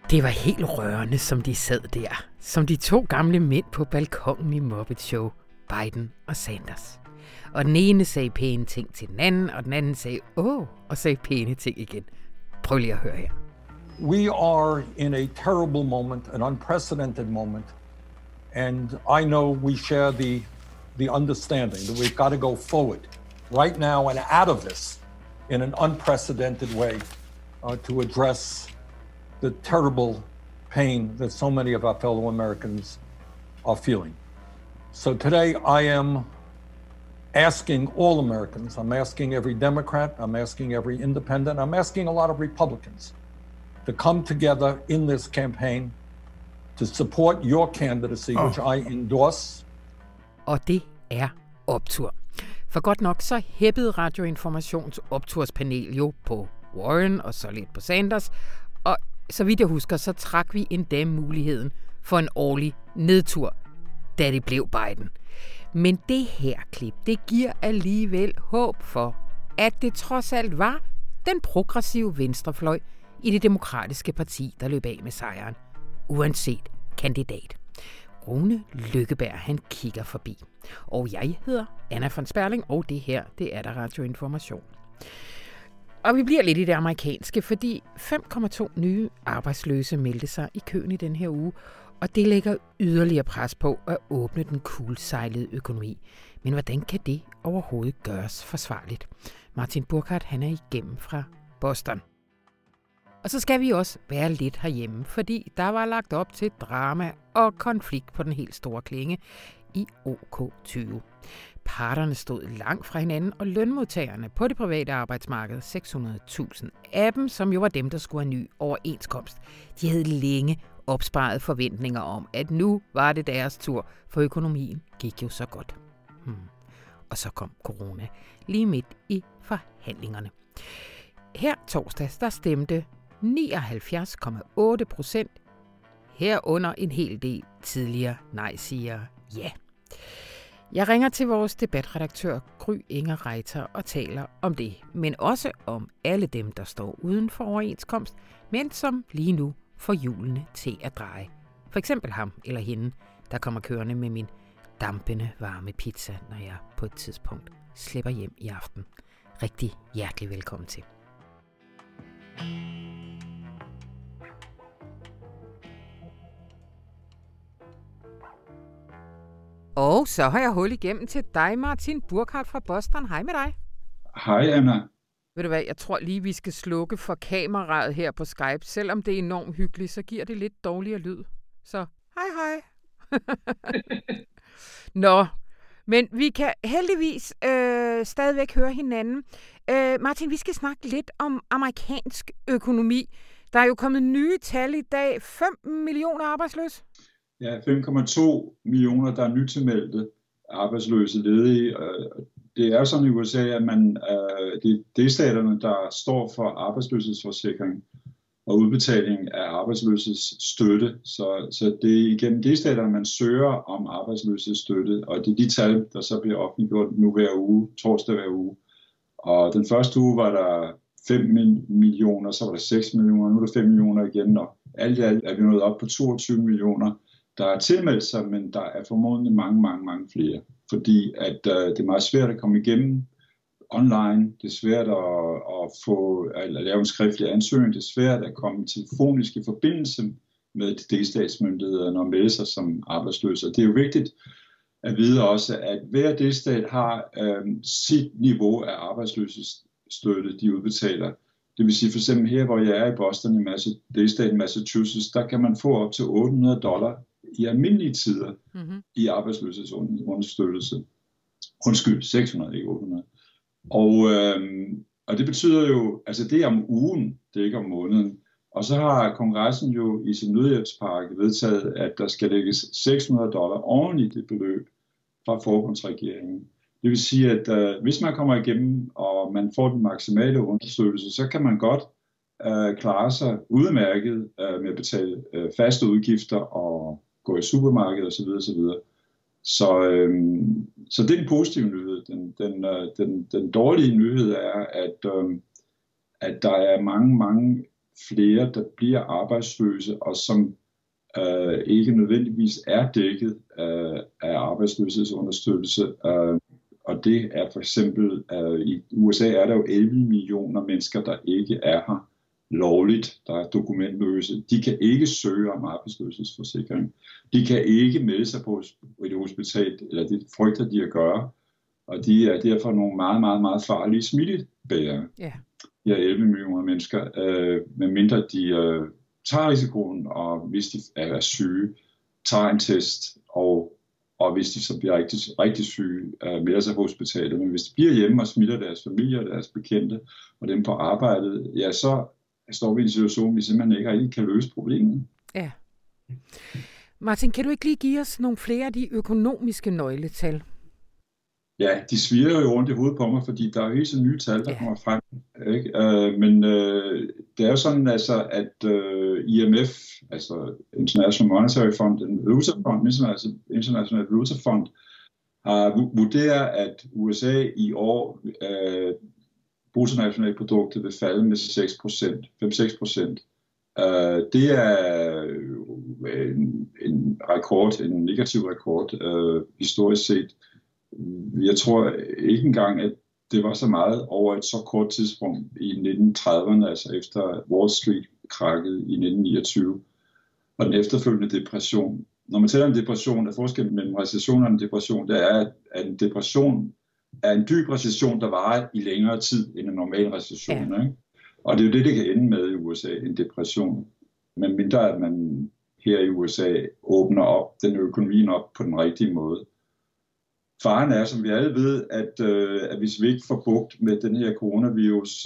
Det var helt rørende, som de sad der. Som de to gamle mænd på balkongen i Muppet Show. Biden og Sanders. Og den ene sagde pæne ting til den anden, og den anden sagde åh, og sagde pæne ting igen. Prøv lige at høre her. We are in a terrible moment, an unprecedented moment. And I know we share the understanding that we've got to go forward right now and out of this in an unprecedented way to address the terrible pain that so many of our fellow Americans are feeling. So today I am asking all Americans, I'm asking every Democrat, I'm asking every independent, I'm asking a lot of Republicans to come together in this campaign to support your candidacy, which I endorse. Og det er optur. For godt nok så hæppede Radioinformations opturspanel jo på Warren og så lidt på Sanders. Og så vidt jeg husker, så trak vi endda muligheden for en årlig nedtur, da det blev Biden. Men det her klip, det giver alligevel håb for, at det trods alt var den progressive venstrefløj i det demokratiske parti, der løb af med sejren, uanset kandidat. Rune Lykkeberg, han kigger forbi. Og jeg hedder Anna von Sperling, og det her, det er der Radioinformation. Og vi bliver lidt i det amerikanske, fordi 5,2 nye arbejdsløse meldte sig i køen i den her uge, og det lægger yderligere pres på at åbne den kulsejlede økonomi. Men hvordan kan det overhovedet gøres forsvarligt? Martin Burkhardt, han er igennem fra Boston. Og så skal vi også være lidt herhjemme, fordi der var lagt op til drama og konflikt på den helt store klinge i OK20. Parterne stod langt fra hinanden, og lønmodtagerne på det private arbejdsmarked, 600.000 af dem, som jo var dem, der skulle have ny overenskomst, de havde længe opsparet forventninger om, at nu var det deres tur, for økonomien gik jo så godt. Og så kom corona lige midt i forhandlingerne. Her torsdags, der stemte 79,8%, herunder en hel del tidligere nej-siger ja. Jeg ringer til vores debatredaktør Gry Inger Reiter og taler om det, men også om alle dem, der står uden for overenskomst, men som lige nu får hjulene til at dreje. For eksempel ham eller hende, der kommer kørende med min dampende varme pizza, når jeg på et tidspunkt slipper hjem i aften. Rigtig hjertelig velkommen til. Og så har jeg hul igennem til dig, Martin Burkhardt fra Boston. Hej med dig. Hej, Anna. Ved du hvad, jeg tror lige, vi skal slukke for kameraet her på Skype. Selvom det er enormt hyggeligt, så giver det lidt dårligere lyd. Så hej. Nå, men vi kan heldigvis stadigvæk høre hinanden. Martin, vi skal snakke lidt om amerikansk økonomi. Der er jo kommet nye tal i dag. 5 millioner arbejdsløse. Ja, 5,2 millioner, der er nytilmeldte arbejdsløse ledige. Det er sådan i USA, at det er delstaterne, der står for arbejdsløshedsforsikring og udbetaling af arbejdsløshedsstøtte. Så det er igennem delstaterne, man søger om arbejdsløshedsstøtte, og det er de tal, der så bliver offentliggjort nu hver uge, torsdag hver uge. Og den første uge var der 5 millioner, så var der 6 millioner, nu er der 5 millioner igen, og alt i alt er vi nået op på 22 millioner, der er tilmeldt sig, men der er formodentlig mange flere, fordi at det er meget svært at komme igennem online, det er svært at lave en skriftlig ansøgning, det er svært at komme i telefonisk i forbindelse med delstatsmyndighederne og melde sig som arbejdsløse. Det er jo vigtigt at vide også, at hver delstat har sit niveau af arbejdsløshedsstøtte, de udbetaler. Det vil sige for eksempel her, hvor jeg er i Boston, i delstaten Massachusetts, der kan man få op til $800 i almindelige tider i arbejdsløshedsunderstøttelse. Undskyld, 600, ikke 800. Og det betyder jo, altså det er om ugen, det er ikke om måneden. Og så har kongressen jo i sin nødhjælpspakke vedtaget, at der skal lægges $600 oven i det beløb fra forbundsregeringen. Det vil sige, at hvis man kommer igennem, og man får den maksimale understøttelse, så kan man godt klare sig udmærket med at betale faste udgifter og gå i supermarkedet osv. osv. Så det er en positiv nyhed. Den dårlige nyhed er, at der er mange flere, der bliver arbejdsløse, og som ikke nødvendigvis er dækket af arbejdsløshedsunderstøttelse. Og det er for eksempel, i USA er der jo 11 millioner mennesker, der ikke er her lovligt, der er dokumentløse. De kan ikke søge om arbejdsløshedsforsikring. De kan ikke melde sig på et hospital, eller det frygter de at gøre. Og de er derfor nogle meget, meget, meget farlige smittebærere. Yeah. De er 11 millioner mennesker, medmindre de tager risikoen, og hvis de er syge, tager en test, og hvis de så bliver rigtig, rigtig syge, melder sig på hospitalet. Men hvis de bliver hjemme og smitter deres familie, deres bekendte og dem på arbejdet, ja, så står vi i en situation, hvor vi simpelthen ikke rigtig kan løse problemet. Ja. Martin, kan du ikke lige give os nogle flere af de økonomiske nøgletal? Ja, de svirrer jo rundt i hovedet på mig, fordi der er jo hele tiden nye tal, der kommer frem. Ikke? Men det er jo sådan, altså, at IMF, altså International Monetary Fund, International Valutafond, har vurderet, at USA i år bruttonationalproduktet vil falde med 5-6%. Det er en rekord, en negativ rekord historisk set. Jeg tror ikke engang, at det var så meget over et så kort tidspunkt i 1930'erne, altså efter Wall Street-krakket i 1929, og den efterfølgende depression. Når man taler om depression, er forskellen mellem recession og en depression, det er, at en depression er en dyb recession, der varer i længere tid end en normal recession. Ja. Ikke? Og det er jo det kan ende med i USA, en depression. Men mindre at man her i USA åbner op den økonomien op på den rigtige måde. Faren er, som vi alle ved, at hvis vi ikke får bugt med den her coronavirus,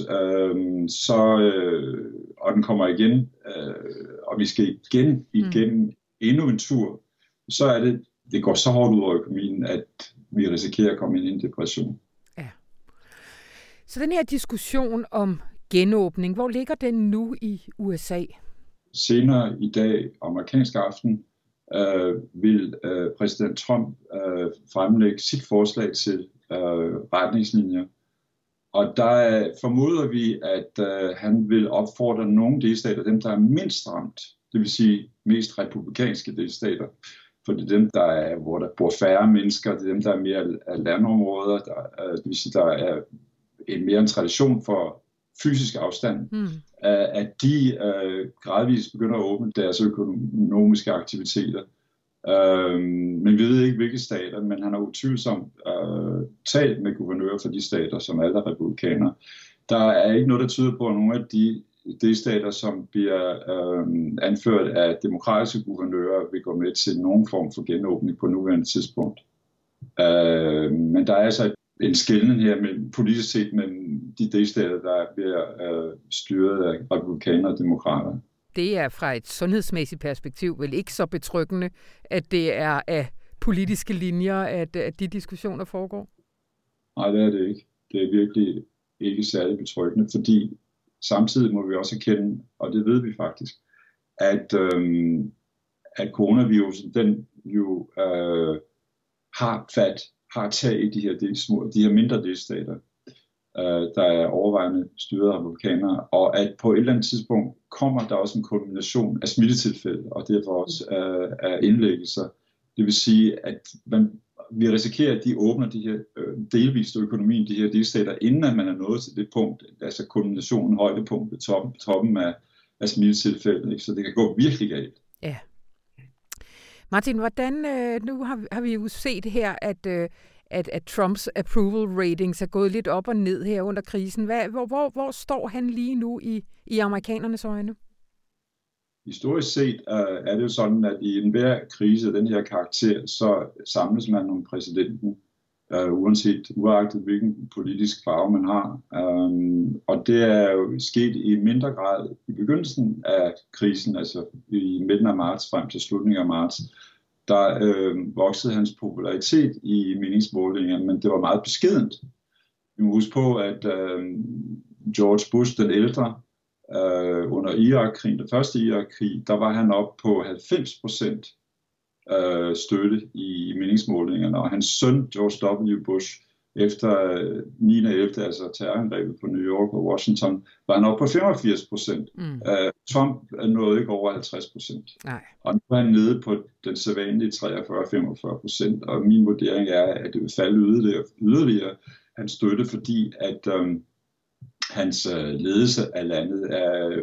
og den kommer igen, og vi skal igennem endnu en tur, så er det går så hårdt ud over økonomien, at vi risikerer at komme ind i en depression. Ja. Så den her diskussion om genåbning, hvor ligger den nu i USA? Senere i dag, amerikansk aften, vil præsident Trump fremlægge sit forslag til retningslinjer. Og der formoder vi, at han vil opfordre nogle delstater, dem der er mindst ramt, det vil sige mest republikanske delstater, for det er dem, hvor der bor færre mennesker, det er dem, der er mere af landområder, det vil sige, der er mere en tradition for fysisk afstand, at de gradvist begynder at åbne deres økonomiske aktiviteter. Men vi ved ikke, hvilke stater, men han har utvivlsomt talt med guvernører for de stater, som alle er republikanere. Der er ikke noget, der tyder på, at nogle af de stater, som bliver anført af demokratiske guvernører, vil gå med til nogen form for genåbning på nuværende tidspunkt. Men der er altså en skelnen her politisk set mellem de delstater, der bliver styret af republikanere og demokrater. Det er fra et sundhedsmæssigt perspektiv vel ikke så betryggende, at det er af politiske linjer, at de diskussioner foregår? Nej, det er det ikke. Det er virkelig ikke særlig betryggende, fordi samtidig må vi også erkende, og det ved vi faktisk, at coronavirusen, den jo har tag i de her mindre delstater, der er overvejende styret af republikanere, og at på et eller andet tidspunkt kommer der også en kombination af smittetilfælde, og derfor også af indlæggelser. Det vil sige, at vi risikerer, at de åbner de her delvist økonomien, de her delstater, inden at man er nået til det punkt, altså kombinationen højdepunkt, toppen af smittetilfælde, ikke? Så det kan gå virkelig galt. Ja. Martin, hvordan, nu har vi jo set her, at Trumps approval ratings er gået lidt op og ned her under krisen. Hvor står han lige nu i amerikanernes øjne? Historisk set er det jo sådan, at i enhver krise af den her karakter, så samles man om præsidenten, uagtet hvilken politisk farve man har. Og det er jo sket i mindre grad i begyndelsen af krisen, altså i midten af marts frem til slutningen af marts. Der voksede hans popularitet i meningsmålingerne, men det var meget beskedent. Vi må huske på, at George Bush den ældre, under Irakkrigen, den første Irakkrig, der var han oppe på 90% støtte i meningsmålingerne, og hans søn George W. Bush Efter 9.11., altså terrorangrebet på New York og Washington, var han oppe på 85%. Trump nåede ikke over 50%. Og nu er han nede på den sædvanlige 43-45%. Og min vurdering er, at det vil falde yderligere hans støtte, fordi at hans ledelse af landet er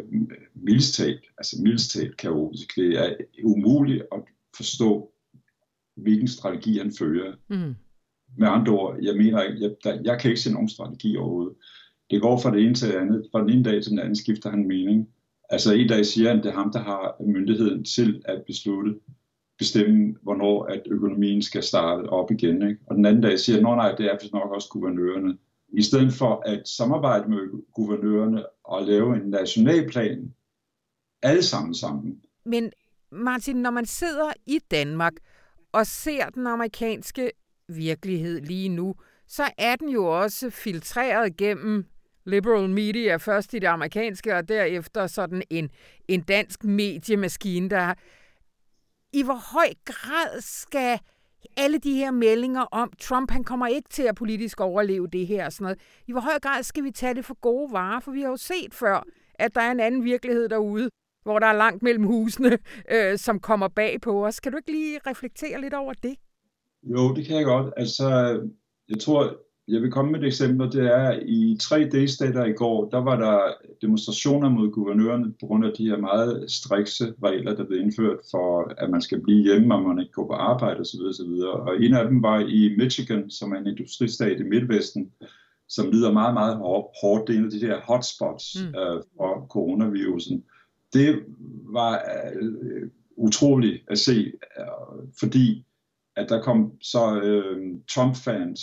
mildest talt kaotisk. Det er umuligt at forstå, hvilken strategi han fører. Med andre ord, jeg kan ikke se nogen strategi overhovedet. Det går fra det ene til det andet. Fra den ene dag til den anden skifter han mening. Altså en dag siger han, at det er ham, der har myndigheden til at bestemme, hvornår at økonomien skal starte op igen. Ikke? Og den anden dag siger han, nej, det er nok også guvernørerne. I stedet for at samarbejde med guvernørerne og lave en nationalplan, alle sammen. Men Martin, når man sidder i Danmark og ser den amerikanske virkelighed lige nu, så er den jo også filtreret gennem liberal media, først i det amerikanske, og derefter sådan en dansk mediemaskine, der i hvor høj grad skal alle de her meldinger om Trump, han kommer ikke til at politisk overleve det her og sådan noget, i hvor høj grad skal vi tage det for gode varer, for vi har jo set før, at der er en anden virkelighed derude, hvor der er langt mellem husene, som kommer bag på os. Kan du ikke lige reflektere lidt over det? Jo, det kan jeg godt. Altså, jeg tror, jeg vil komme med et eksempel. Det er, i 3 delstater i går, der var der demonstrationer mod guvernørerne på grund af de her meget strikse regler, der blev indført for, at man skal blive hjemme, og man ikke går på arbejde osv. Og en af dem var i Michigan, som er en industristat i Midtvesten, som lider meget, meget hårdt. Det er en af de her hotspots for coronavirusen. Det var utroligt at se, fordi at der kom så Trump-fans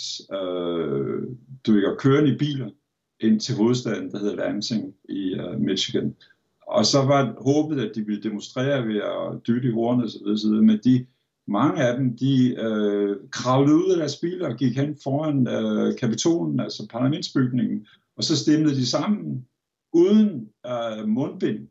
kørende i biler ind til hovedstaden, der hedder Lansing i Michigan. Og så var håbet, at de ville demonstrere ved at dytte i hornet osv. Men mange af dem, de kravlede ud af deres biler og gik hen foran Kapitolen, altså parlamentsbygningen, og så stemlede de sammen uden mundbind.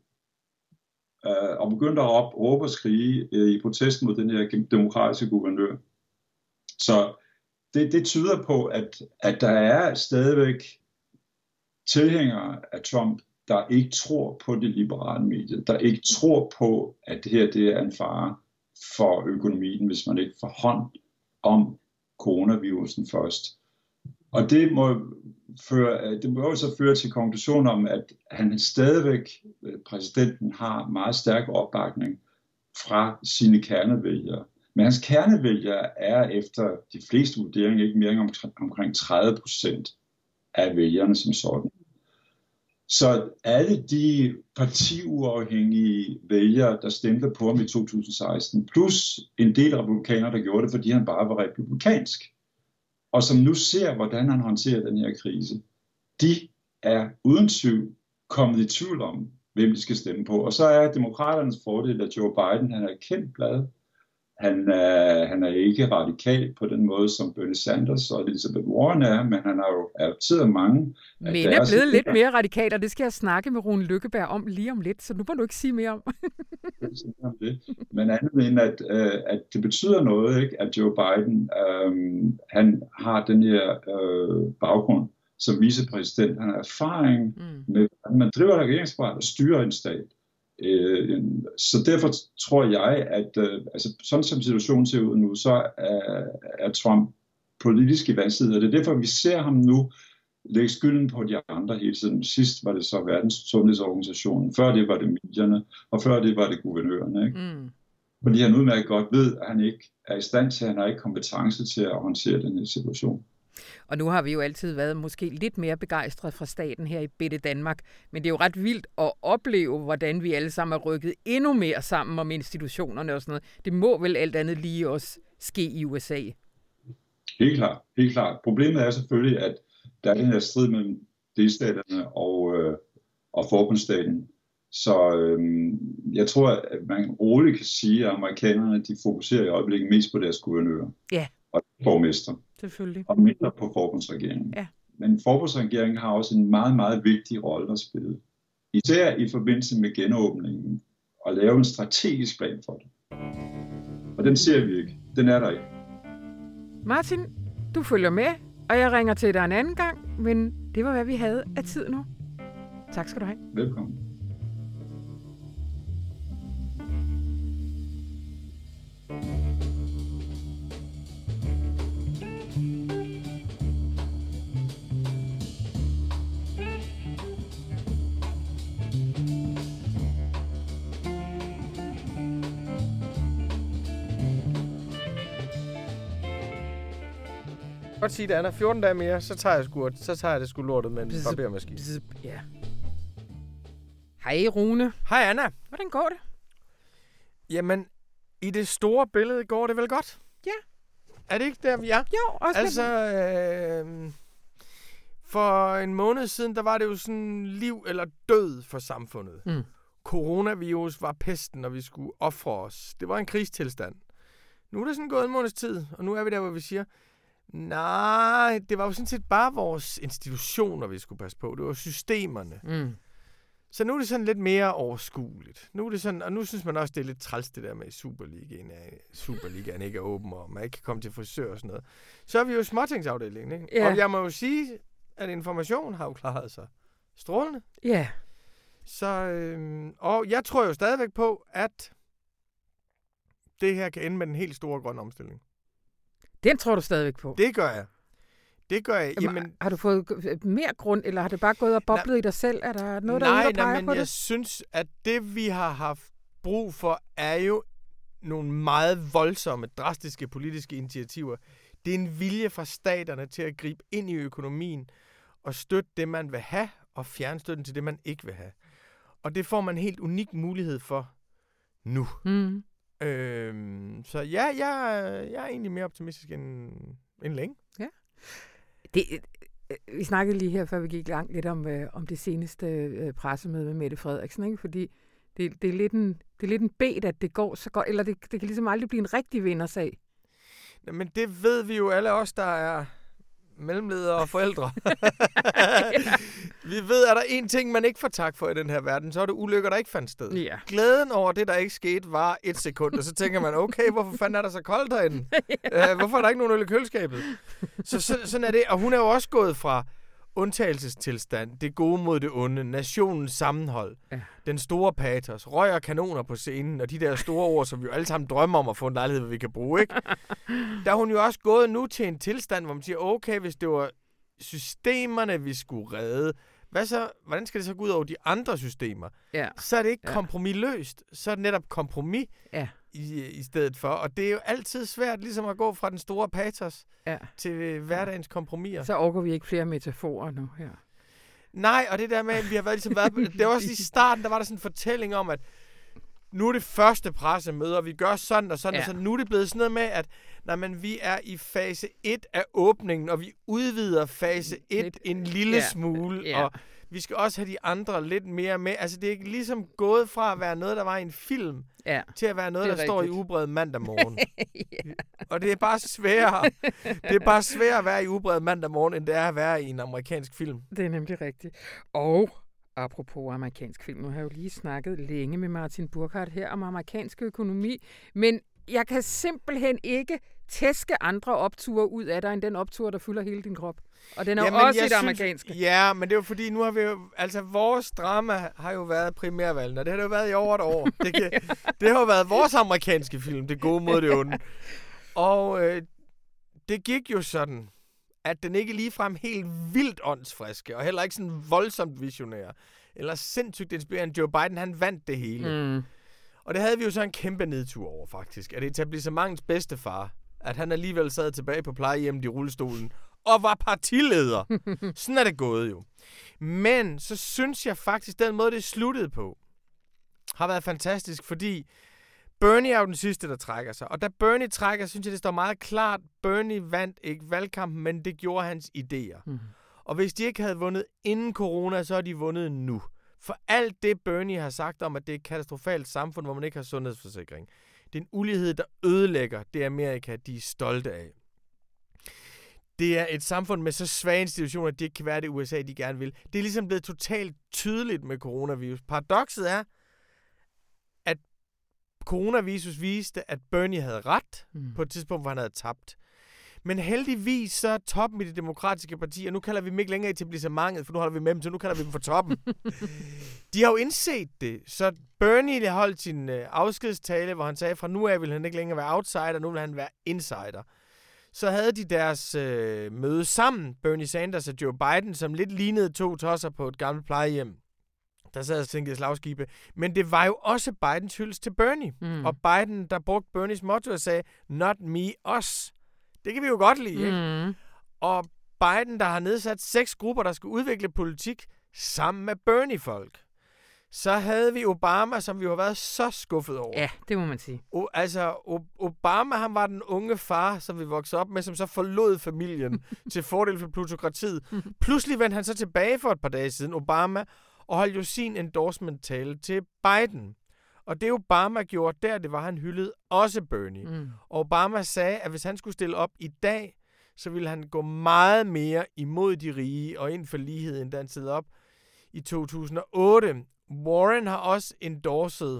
Og begyndte at råbe og skrige i protest mod den her demokratiske guvernør. Så det tyder på, at der er stadigvæk tilhængere af Trump, der ikke tror på det liberale medie, der ikke tror på, at det her det er en fare for økonomien, hvis man ikke får hånd om coronavirusen først. Og det må jo så føre til konklusionen om, at han stadigvæk, præsidenten, har meget stærk opbakning fra sine kernevælgere. Men hans kernevælgere er efter de fleste vurderinger ikke mere end omkring 30% af vælgerne som sådan. Så alle de partiuafhængige vælgere, der stemte på ham i 2016, plus en del republikanere, der gjorde det, fordi han bare var republikansk, og som nu ser, hvordan han håndterer den her krise, de er uden tvivl kommet i tvivl om, hvem de skal stemme på. Og så er demokraternes fordel, at Joe Biden, han er et kendt blad. Han er ikke radikal på den måde, som Bernie Sanders og Elizabeth Warren er, men han har jo adopteret mange. Men er blevet lidt mere radikal, og det skal jeg snakke med Rune Lykkeberg om lige om lidt, så nu må du ikke sige mere om. Men andet end, at det betyder noget, ikke, at Joe Biden, han har den her baggrund som vicepræsident. Han har erfaring med, at man driver regeringsapparat og styrer en stat. Så derfor tror jeg, at sådan som situationen ser ud nu, så er Trump politisk i vandside, og det er derfor, vi ser ham nu lægge skylden på de andre hele tiden. Sidst var det så Verdens Sundhedsorganisation, før det var det medierne, og før det var det guvernørerne. Ikke? Fordi han udmærket godt ved, at han ikke er i stand til, han har ikke kompetence til at håndtere den her situation. Og nu har vi jo altid været måske lidt mere begejstret fra staten her i bitte Danmark, men det er jo ret vildt at opleve, hvordan vi alle sammen er rykket endnu mere sammen om institutionerne og sådan noget. Det må vel alt andet lige også ske i USA? Helt klart. Problemet er selvfølgelig, at der er den her strid mellem delstaterne og forbundsstaten. Så jeg tror, at man roligt kan sige, at amerikanerne de fokuserer i øjeblikket mest på deres guvernører og borgmester. Selvfølgelig. Og mindre på forbundsregeringen. Ja. Men forbundsregeringen har også en meget, meget vigtig rolle at spille. Især i forbindelse med genåbningen. Og lave en strategisk plan for det. Og den ser vi ikke. Den er der ikke. Martin, du følger med Og jeg ringer til dig en anden gang, men det var, hvad vi havde af tid nu. Tak skal du have. Velkommen. Godt sige det, Anna. 14 dage mere, så tager jeg det sgu lortet med en barbermaskine. Ja. Hej Rune. Hej Anna. Hvordan går det? Jamen, i det store billede går det vel godt? Ja. Er det ikke der, vi er? Jo, også altså, for en måned siden, der var det jo sådan liv eller død for samfundet. Mm. Coronavirus var pesten, og vi skulle ofre os. Det var en krigstilstand. Nu er det sådan gået en måneds tid, og nu er vi der, hvor vi siger, nej, det var jo sådan set bare vores institutioner, vi skulle passe på. Det var systemerne. Mm. Så nu er det sådan lidt mere overskueligt. Nu er det sådan, og nu synes man også, det er lidt træls det der med Superligaen ikke er åben, og man ikke kan komme til frisør og sådan noget. Så er vi jo småtingsafdelingen, ikke? Ja. Og jeg må jo sige, at Information har jo klaret sig strålende. Ja. Så, og jeg tror jo stadigvæk på, at det her kan ende med den helt store grønne omstilling. Den tror du stadigvæk på? Det gør jeg. Jamen, har du fået mere grund, eller har det bare gået og boblet i dig selv? Er der noget, der peger på det? Jeg synes, at det, vi har haft brug for, er jo nogle meget voldsomme, drastiske politiske initiativer. Det er en vilje fra staterne til at gribe ind i økonomien og støtte det, man vil have, og fjerne støtten til det, man ikke vil have. Og det får man en helt unik mulighed for nu. Mm. Så ja, jeg er egentlig mere optimistisk end længe. Ja. Vi snakkede lige her, før vi gik langt lidt om det seneste pressemøde med Mette Frederiksen, ikke? Fordi det er lidt en bed, at det går så godt, eller det kan ligesom aldrig blive en rigtig vindersag. Men det ved vi jo alle os, der er mellemledere og forældre. Vi ved, at der er én ting, man ikke får tak for i den her verden, så er det ulykker, der ikke fandt sted. Ja. Glæden over det, der ikke skete, var 1 sekund, og så tænker man, okay, hvorfor fanden er der så koldt derinde? Hvorfor er der ikke nogen øl i køleskabet? Så sådan er det, og hun er jo også gået fra undtagelsestilstand, det gode mod det onde, nationens sammenhold, den store patos, røg og kanoner på scenen, og de der store ord, som vi jo alle sammen drømmer om at få en lejlighed, hvor vi kan bruge, ikke? Der er hun jo også gået nu til en tilstand, hvor man siger, okay, hvis det var systemerne, vi skulle redde, hvordan skal det så gå ud over de andre systemer? Ja. Så er det ikke kompromisløst, så er det netop kompromis i stedet for. Og det er jo altid svært ligesom at gå fra den store patos til hverdagens kompromiser. Så overgår vi ikke flere metaforer nu her. Nej, og det der med, at vi har været det var også i starten, der var der sådan en fortælling om, at nu er det første pressemøde, og vi gør sådan og sådan, og så nu er det blevet sådan noget med, at vi er i fase 1 af åbningen, og vi udvider fase 1 en lille smule, og vi skal også have de andre lidt mere med. Altså, det er ligesom gået fra at være noget, der var i en film, til at være noget, der står i Ugebrevet mandag morgen. Og det er bare sværere. Det er bare sværere at være i Ugebrevet mandag morgen, end det er at være i en amerikansk film. Det er nemlig rigtigt. Og apropos amerikansk film, nu har jeg jo lige snakket længe med Martin Burkhardt her om amerikansk økonomi, men jeg kan simpelthen ikke tæske andre opture ud af dig, end den optur, der fylder hele din krop. Og den er jo også i det amerikanske. Ja, men det er jo fordi, nu har vi jo, altså vores drama har jo været primærvalgene, og det har det jo været i over et år. Det har jo været vores amerikanske film, det gode mod det onde. Og det gik jo sådan, at den ikke ligefrem helt vildt åndsfriske, og heller ikke sådan voldsomt visionær, eller sindssygt inspirerende. Joe Biden, han vandt det hele. Mm. Og det havde vi jo så en kæmpe nedtur over, faktisk. At etablissementets bedstefar, at han alligevel sad tilbage på plejehjemmet i rullestolen, og var partileder. Sådan er det gået jo. Men så synes jeg faktisk, den måde, det sluttede på, har været fantastisk, fordi Bernie er jo den sidste, der trækker sig. Og da Bernie trækker, synes jeg, det står meget klart, Bernie vandt ikke valgkampen, men det gjorde hans idéer. Mm. Og hvis de ikke havde vundet inden corona, så har de vundet nu. For alt det, Bernie har sagt om, at det er et katastrofalt samfund, hvor man ikke har sundhedsforsikring. Det er en ulighed, der ødelægger det Amerika, de er stolte af. Det er et samfund med så svage institutioner, at de ikke kan være det USA, de gerne vil. Det er ligesom blevet totalt tydeligt med coronavirus. Paradokset er, at coronavirus viste, at Bernie havde ret på et tidspunkt, hvor han havde tabt. Men heldigvis så er toppen i det demokratiske parti, og nu kalder vi dem ikke længere etablissementet, for nu holder vi med dem, så nu kalder vi dem for toppen. De har jo indset det. Så Bernie holdt sin afskedstale, hvor han sagde, fra nu af vil han ikke længere være outsider, nu vil han være insider. Så havde de deres møde sammen, Bernie Sanders og Joe Biden, som lidt lignede to tosser på et gammelt plejehjem, der sad og tænkte slagskibe. Men det var jo også Bidens hyldest til Bernie. Og Biden, der brugte Bernies motto og sagde, not me, us. Det kan vi jo godt lide, ikke? Og Biden, der har nedsat 6 grupper, der skal udvikle politik sammen med Bernie-folk. Så havde vi Obama, som vi har været så skuffet over. Ja, det må man sige. Obama, han var den unge far, som vi voksede op med, som så forlod familien til fordel for plutokratiet. Pludselig vendte han så tilbage for et par dage siden, Obama, og holdt jo sin endorsement-tale til Biden. Og det Obama gjorde der, det var, han hyldede også Bernie. Og Obama sagde, at hvis han skulle stille op i dag, så ville han gå meget mere imod de rige og ind for lighed, end da han stillede op i 2008. Warren har også endorset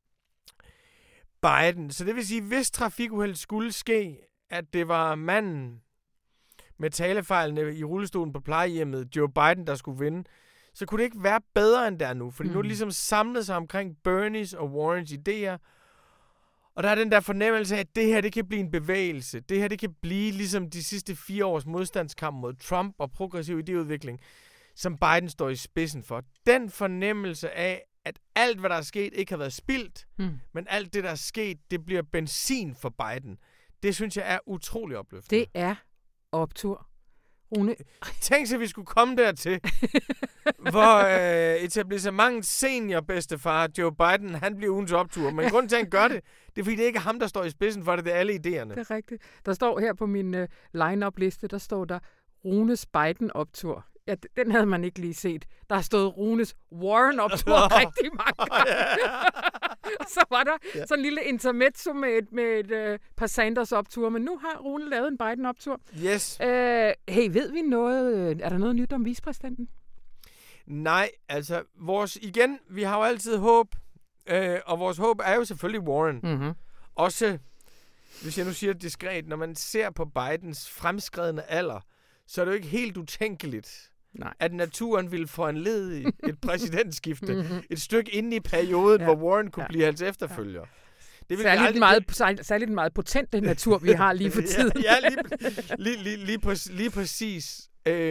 Biden. Så det vil sige, hvis trafikuheld skulle ske, at det var manden med talefejlene i rullestolen på plejehjemmet, Joe Biden, der skulle vinde, så kunne det ikke være bedre end der nu. Fordi nu er det ligesom samlet sig omkring Bernies og Warrens idéer. Og der er den der fornemmelse af, at det her, det kan blive en bevægelse. Det her, det kan blive ligesom de sidste 4 års modstandskamp mod Trump og progressiv idéudvikling, som Biden står i spidsen for. Den fornemmelse af, at alt, hvad der er sket, ikke har været spildt, men alt det, der er sket, det bliver benzin for Biden. Det synes jeg er utrolig opløftende. Det er optur. Rune. Tænk sig, at vi skulle komme dertil, hvor etablissementets seniorbedstefar, Joe Biden, han bliver ugens optur. Men grunden til, at han gør det, det er, fordi det ikke er ham, der står i spidsen for det, det er alle idéerne. Det er rigtigt. Der står her på min line-up-liste, der står der Runes Biden-optur. Ja, den havde man ikke lige set. Der har stået Runes Warren-optur rigtig mange gange. Så var der sådan en lille intermezzo med et par Sanders-optur, men nu har Rune lavet en Biden-optur. Yes. Hey, ved vi noget? Er der noget nyt om vicepræsidenten? Nej, altså, vi har jo altid håb, og vores håb er jo selvfølgelig Warren. Mm-hmm. Også, hvis jeg nu siger det diskret, når man ser på Bidens fremskredne alder, så er det jo ikke helt utænkeligt, at naturen ville foranledige et præsidentskifte et stykke inde i perioden, hvor Warren kunne blive hans efterfølger. Ja. Det Særligt en meget potente natur, vi har lige for tiden. Lige præcis.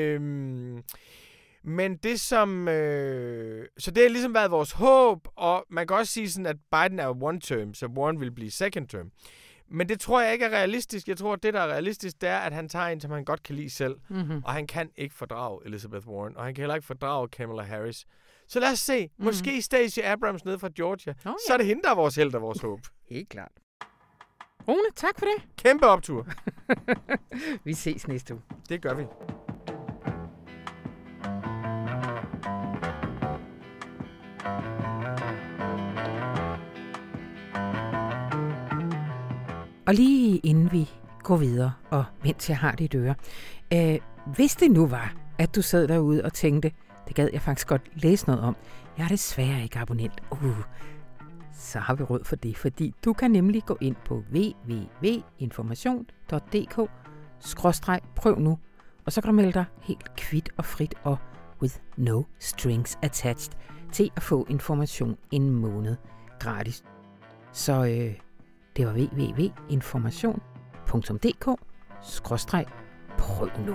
Men det som... så det har ligesom været vores håb, og man kan også sige sådan, at Biden er one term, så Warren vil blive second term. Men det tror jeg ikke er realistisk. Jeg tror, at det, der er realistisk, det er, at han tager en, som han godt kan lide selv. Mm-hmm. Og han kan ikke fordrage Elizabeth Warren, og han kan heller ikke fordrage Kamala Harris. Så lad os se. Måske Stacey Abrams nede fra Georgia. Så er det hende, der er vores held og vores håb. Helt klart. Rune, tak for det. Kæmpe optur. Vi ses næste uge. Det gør vi. Og lige inden vi går videre, og mens jeg har dit øre, hvis det nu var, at du sad derude og tænkte, det gad jeg faktisk godt læse noget om, jeg er desværre ikke abonnent, så har vi råd for det, fordi du kan nemlig gå ind på www.information.dk/prøv nu, og så kan du melde dig helt kvit og frit og with no strings attached til at få information en måned gratis. Så det var www.information.dk/prøv nu.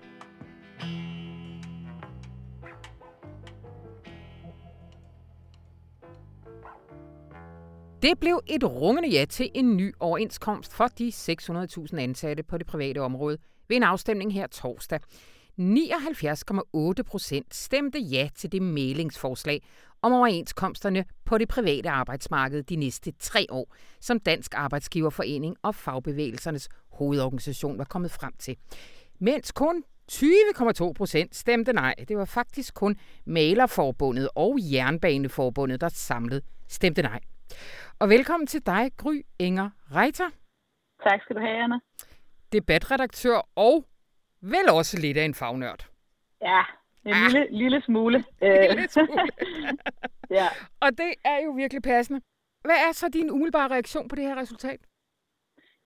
Det blev et rungende ja til en ny overenskomst for de 600.000 ansatte på det private område ved en afstemning her torsdag. 79,8% stemte ja til det mæglingsforslag om overenskomsterne på det private arbejdsmarked de næste 3 år, som Dansk Arbejdsgiverforening og Fagbevægelsernes hovedorganisation var kommet frem til. Mens kun 20,2% stemte nej. Det var faktisk kun Malerforbundet og Jernbaneforbundet, der samlet stemte nej. Og velkommen til dig, Gry Inger Reiter. Tak skal du have, Anna. Debatredaktør og vel også lidt af en fagnørd. Ja, en lille smule. Lille smule. Ja. Og det er jo virkelig passende. Hvad er så din umiddelbare reaktion på det her resultat?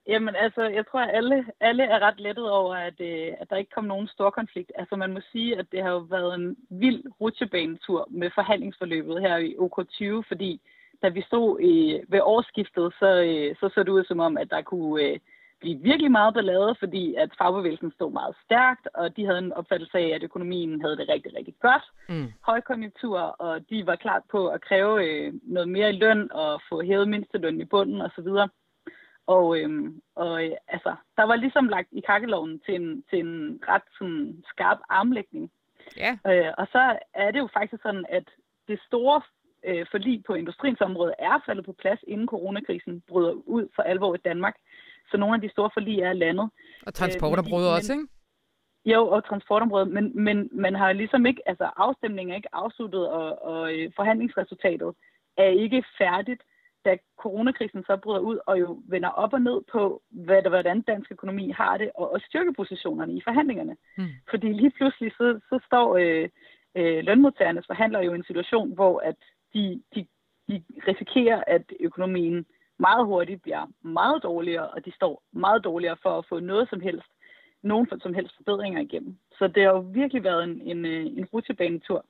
Jamen altså, jeg tror, at alle er ret lettet over, at der ikke kom nogen stor konflikt. Altså man må sige, at det har jo været en vild rutsjebanetur med forhandlingsforløbet her i OK20, fordi da vi stod ved årsskiftet, så det ud som om, at der kunne blive virkelig meget ballade, fordi at fagbevægelsen stod meget stærkt, og de havde en opfattelse af, at økonomien havde det rigtig, rigtig godt. Højkonjunktur, og de var klar på at kræve noget mere i løn og få hævet mindsteløn i bunden osv. Og altså, der var ligesom lagt i kakkeloven til en ret sådan, skarp armlægning. Ja. Og så er det jo faktisk sådan, at det store forlig på industriens område er faldet på plads, inden coronakrisen bryder ud for alvor i Danmark. Så nogle af de store forlig er landet. Og transportområdet også, ikke? Jo, og transportområdet, men man har ligesom ikke, altså afstemningen er ikke afsluttet, og forhandlingsresultatet er ikke færdigt, da coronakrisen så bryder ud, og jo vender op og ned på, hvordan dansk økonomi har det, og styrkepositionerne i forhandlingerne. Fordi lige pludselig så står lønmodtagernes forhandlere jo i en situation, hvor at de risikerer, at økonomien meget hurtigt bliver meget dårligere, og de står meget dårligere for at få nogen som helst forbedringer igennem. Så det har jo virkelig været en rutsjebanetur.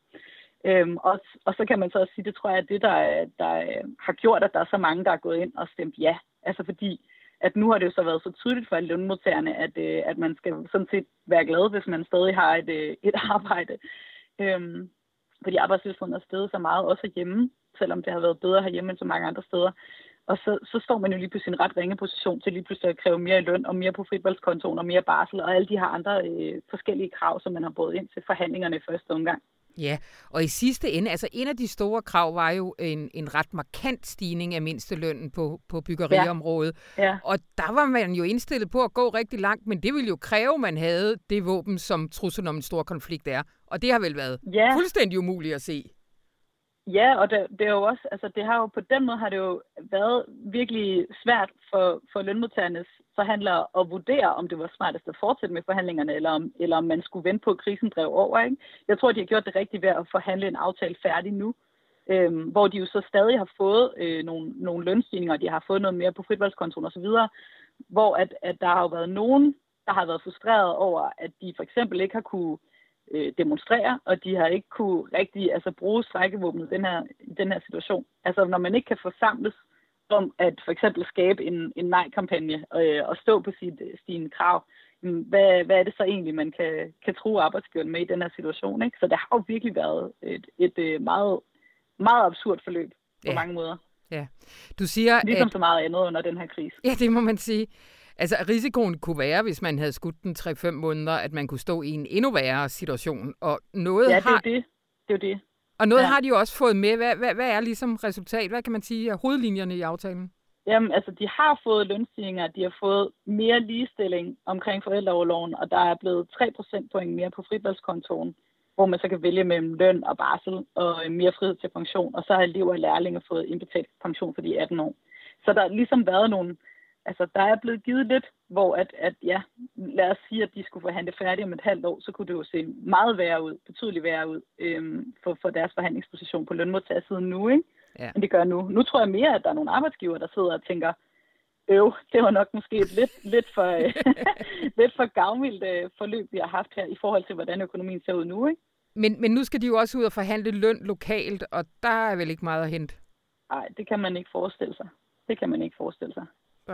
Og så kan man så også sige, det tror jeg er det, der har gjort, at der er så mange, der er gået ind og stemt ja. Altså fordi, at nu har det jo så været så tydeligt for alle lønmodtagerne, at man skal sådan set være glad, hvis man stadig har et arbejde. Fordi arbejdsløsheden er steget så meget også hjemme, selvom det har været bedre herhjemme end så mange andre steder. Og så står man jo lige pludselig i en ret ringe position til lige pludselig at kræve mere i løn og mere på fritvalgskontoen og mere barsel og alle de her andre forskellige krav, som man har båret ind til forhandlingerne i første omgang. Ja, og i sidste ende, altså en af de store krav var jo en ret markant stigning af mindstelønnen på byggeriområdet. Ja. Og der var man jo indstillet på at gå rigtig langt, men det ville jo kræve, at man havde det våben, som truslen om en stor konflikt er. Og det har vel været fuldstændig umuligt at se. Ja, og det er jo også, altså det har jo på den måde har det jo været virkelig svært for lønmodtagernes forhandlere at vurdere, om det var smartest at fortsætte med forhandlingerne, eller om man skulle vente på, at krisen drev over, ikke? Jeg tror, de har gjort det rigtigt ved at forhandle en aftale færdig nu, hvor de jo så stadig har fået nogle lønstigninger, og de har fået noget mere på fritvalgskontoen osv., hvor at der har jo været nogen, der har været frustreret over, at de for eksempel ikke har kunne demonstrere, og de har ikke kunne rigtig bruge strækkevåbnet i den her situation. Altså når man ikke kan forsamles om at for eksempel skabe en nej-kampagne og stå på sine krav, hvad er det så egentlig, man kan true arbejdsgiveren med i den her situation, ikke? Så det har jo virkelig været et meget, meget absurd forløb på mange måder. Ja. Du siger, ligesom så meget andet under den her krise. Ja, det må man sige. Altså, risikoen kunne være, hvis man havde skudt den 3-5 måneder, at man kunne stå i en endnu værre situation. Og noget det er jo det. Og noget har de jo også fået med. Hvad er ligesom resultat? Hvad kan man sige er hovedlinjerne i aftalen? Jamen, altså, de har fået lønstigninger. De har fået mere ligestilling omkring forældreorloven, og der er blevet 3 procentpoint mere på fritvalgskontoen, hvor man så kan vælge mellem løn og barsel og mere frihed til pension. Og så har elever og lærlinge fået indbetalt pension for de 18 år. Så der har ligesom været nogle... Altså, der er blevet givet lidt, hvor lad os sige, at de skulle forhandle færdigt om et halvt år, så kunne det jo se meget værre ud, betydeligt værre ud, for deres forhandlingsposition på lønmodtagersiden nu, ikke? Ja. Men det gør nu. Nu tror jeg mere, at der er nogle arbejdsgivere, der sidder og tænker, det var nok måske et lidt for gavmildt forløb, vi har haft her, i forhold til, hvordan økonomien ser ud nu, ikke? Men nu skal de jo også ud og forhandle løn lokalt, og der er vel ikke meget at hente? Nej, det kan man ikke forestille sig.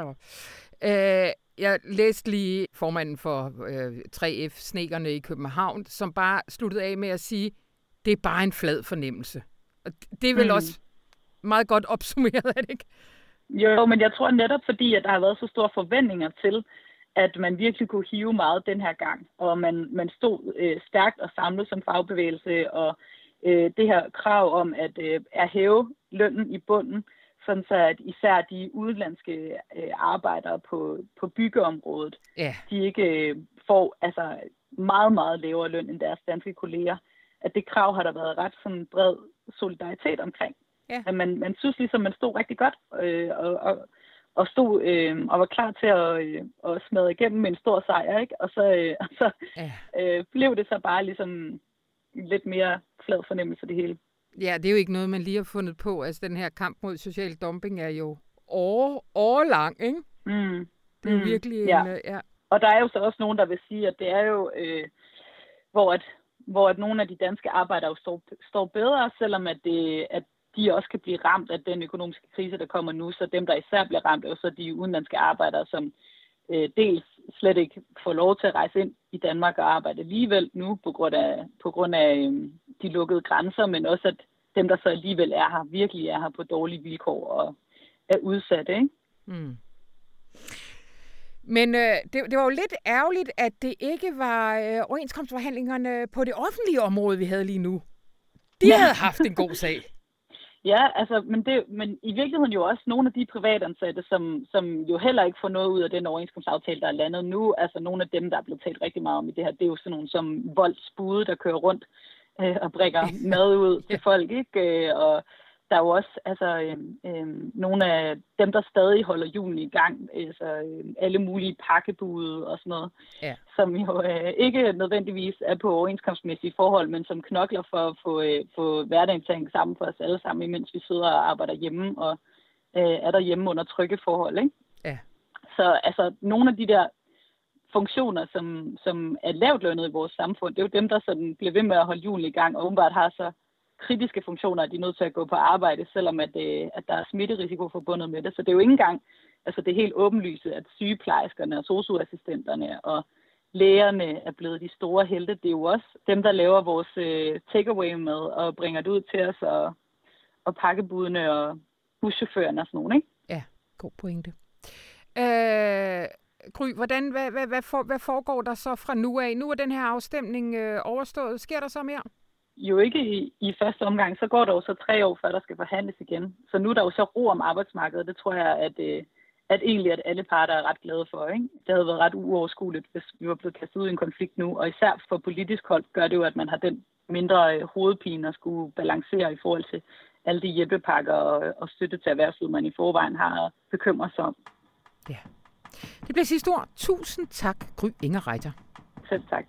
Jeg læste lige formanden for 3F Snedkerne i København, som bare sluttede af med at sige, det er bare en flad fornemmelse. Og det er vel også meget godt opsummeret, er det ikke? Jo, men jeg tror netop fordi, at der har været så store forventninger til, at man virkelig kunne hive meget den her gang, og man stod stærkt og samlet som fagbevægelse, og det her krav om at hæve lønnen i bunden, sådan så at især de udenlandske arbejdere på byggeområdet, de ikke får meget, meget lavere løn end deres danske kolleger. At det krav har der været ret sådan bred solidaritet omkring. Ja. At man synes ligesom, man stod rigtig godt og stod og var klar til at smadre igennem med en stor sejr, ikke? Og så blev det så bare ligesom lidt mere flad fornemmelse det hele. Ja, det er jo ikke noget, man lige har fundet på. Altså, den her kamp mod social dumping er jo årelang, ikke? Det er virkelig ja. ja. Og der er jo så også nogen, der vil sige, at det er jo, hvor at nogle af de danske arbejdere jo står bedre, selvom at de også kan blive ramt af den økonomiske krise, der kommer nu. Så dem, der især bliver ramt, er jo så de udenlandske arbejdere, som dels slet ikke får lov til at rejse ind i Danmark og arbejde alligevel nu, på grund af de lukkede grænser, men også at dem, der så alligevel er her, virkelig er her på dårlige vilkår og er udsatte, ikke? Mm. Men det var jo lidt ærgerligt, at det ikke var overenskomstforhandlingerne på det offentlige område, vi havde lige nu. De havde haft en god sag. Ja, altså, men i virkeligheden jo også nogle af de privatansatte, som jo heller ikke får noget ud af den overenskomstaftale, der er landet nu. Altså nogle af dem, der er blevet talt rigtig meget om i det her, det er jo sådan nogle som Voldsbude, der kører rundt og brækker mad ud til folk, ikke? Og der er jo også nogle af dem, der stadig holder hjulene i gang, altså alle mulige pakkebude og sådan noget, som jo ikke nødvendigvis er på overenskomstmæssige forhold, men som knokler for at få hverdagen til at hænge sammen for os alle sammen, imens vi sidder og arbejder hjemme og er derhjemme under trygge forhold, ikke? Ja. Så altså nogle af de der funktioner, som er lavt lønnet i vores samfund, det er jo dem, der sådan bliver ved med at holde hjulene i gang, og åbenbart har så kritiske funktioner, at de er nødt til at gå på arbejde, selvom at der er smitterisiko forbundet med det. Så det er jo ikke engang, altså det er helt åbenlyse, at sygeplejerskerne og sosu-assistenterne og lægerne er blevet de store helte. Det er jo også dem, der laver vores takeaway med og bringer det ud til os, og pakkebudene og buschaufførerne og sådan noget, ikke? Ja, god pointe. Gry, hvad foregår der så fra nu af? Nu er den her afstemning overstået. Sker der så mere? Jo ikke i første omgang, så går der jo så 3 år, før der skal forhandles igen. Så nu er der jo så ro om arbejdsmarkedet. Det tror jeg, at egentlig at alle parter er ret glade for, ikke? Det havde været ret uoverskueligt, hvis vi var blevet kastet ud i en konflikt nu. Og især for politisk hold gør det jo, at man har den mindre hovedpine at skulle balancere i forhold til alle de hjælpepakker og støtte til erhvervslivet, man i forvejen har at bekymre sig om. Ja. Det bliver sidste ord. Tusind tak, Gry Inger Reiter. Selv tak.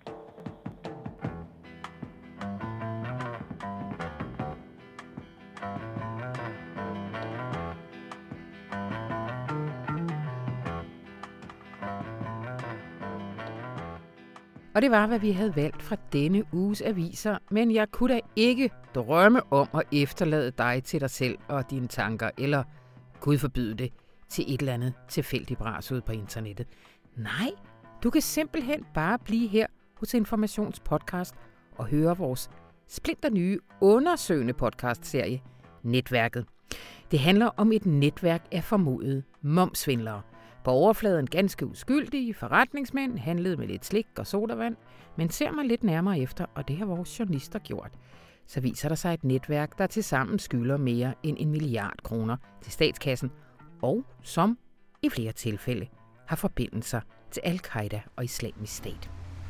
Og det var, hvad vi havde valgt fra denne uges aviser, men jeg kunne da ikke drømme om at efterlade dig til dig selv og dine tanker, eller Gud forbyde det, til et eller andet tilfældigt bras ude på internettet. Nej, du kan simpelthen bare blive her hos Informationspodcast og høre vores splinternye undersøgende podcastserie, Netværket. Det handler om et netværk af formodede momssvindlere. På overfladen ganske uskyldige forretningsmænd handlede med lidt slik og sodavand, men ser man lidt nærmere efter, og det har vores journalister gjort, så viser der sig et netværk, der tilsammen skylder mere end 1 milliard kroner til statskassen, og som i flere tilfælde har forbindelser til Al-Qaida og Islamisk Stat.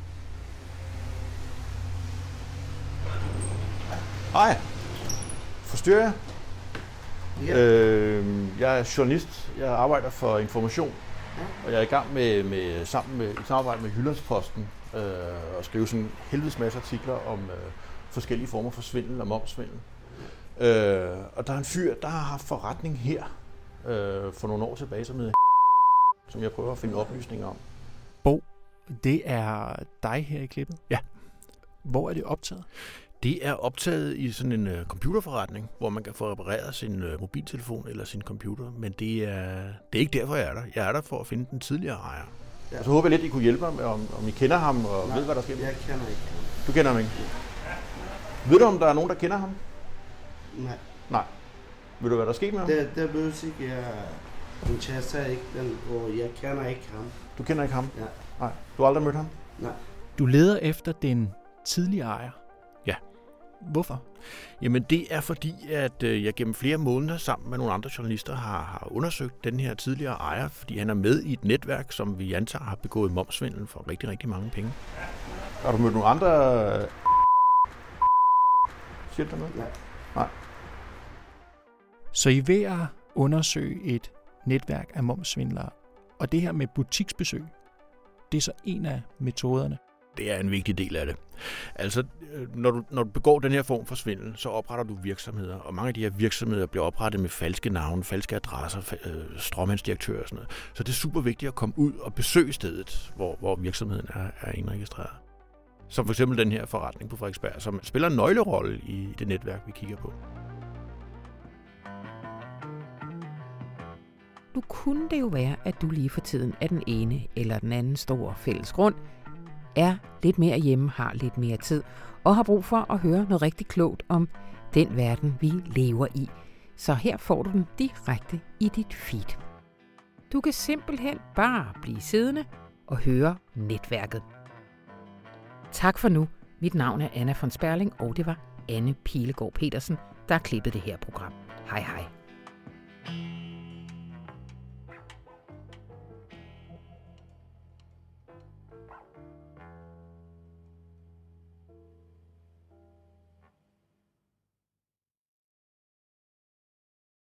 Hej. Forstyrrer jeg? Ja. Jeg er journalist. Jeg arbejder for Information. Og jeg er i gang med sammen med i samarbejde med Jyllandsposten at skrive sådan en helvedes masse artikler om forskellige former for svindel og momssvindel. Og der er en fyr, der har haft forretning her for nogle år tilbage, som jeg prøver at finde oplysninger om. Bo, det er dig her i klippet? Ja. Hvor er det optaget? Det er optaget i sådan en computerforretning, hvor man kan få repareret sin mobiltelefon eller sin computer, men det er ikke derfor, jeg er der. Jeg er der for at finde den tidligere ejer. Ja. Og så håber jeg lidt, I kunne hjælpe mig med, om I kender ham og ved, hvad der sker. Jeg kender ikke ham. Du kender ham ikke? Ved du, om der er nogen, der kender ham? Nej. Nej. Ved du, hvad der er sket med ham? Det ved ikke. Jeg interesserer ikke den, og jeg kender ikke ham. Du kender ikke ham? Ja. Nej. Du har aldrig mødt ham? Nej. Du leder efter den tidligere ejer? Ja. Hvorfor? Jamen det er fordi, at jeg gennem flere måneder sammen med nogle andre journalister har undersøgt den her tidligere ejer, fordi han er med i et netværk, som vi antager har begået momssvindel for rigtig, rigtig mange penge. Har du mødt nogle andre? Siger du noget? Nej. Så I er ved at undersøge et netværk af momssvindlere, og det her med butiksbesøg, det er så en af metoderne. Det er en vigtig del af det. Altså, når du begår den her form for svindel, så opretter du virksomheder, og mange af de her virksomheder bliver oprettet med falske navne, falske adresser, stråmandsdirektører og sådan noget. Så det er super vigtigt at komme ud og besøge stedet, hvor virksomheden er indregistreret. Som for eksempel den her forretning på Frederiksberg, som spiller en nøglerolle i det netværk, vi kigger på. Nu kunne det jo være, at du lige for tiden er den ene eller den anden store fælles grund, er lidt mere hjemme, har lidt mere tid, og har brug for at høre noget rigtig klogt om den verden, vi lever i. Så her får du den direkte i dit feed. Du kan simpelthen bare blive siddende og høre netværket. Tak for nu. Mit navn er Anna von Sperling, og det var Anne Pilegaard Petersen, der har klippet det her program. Hej hej.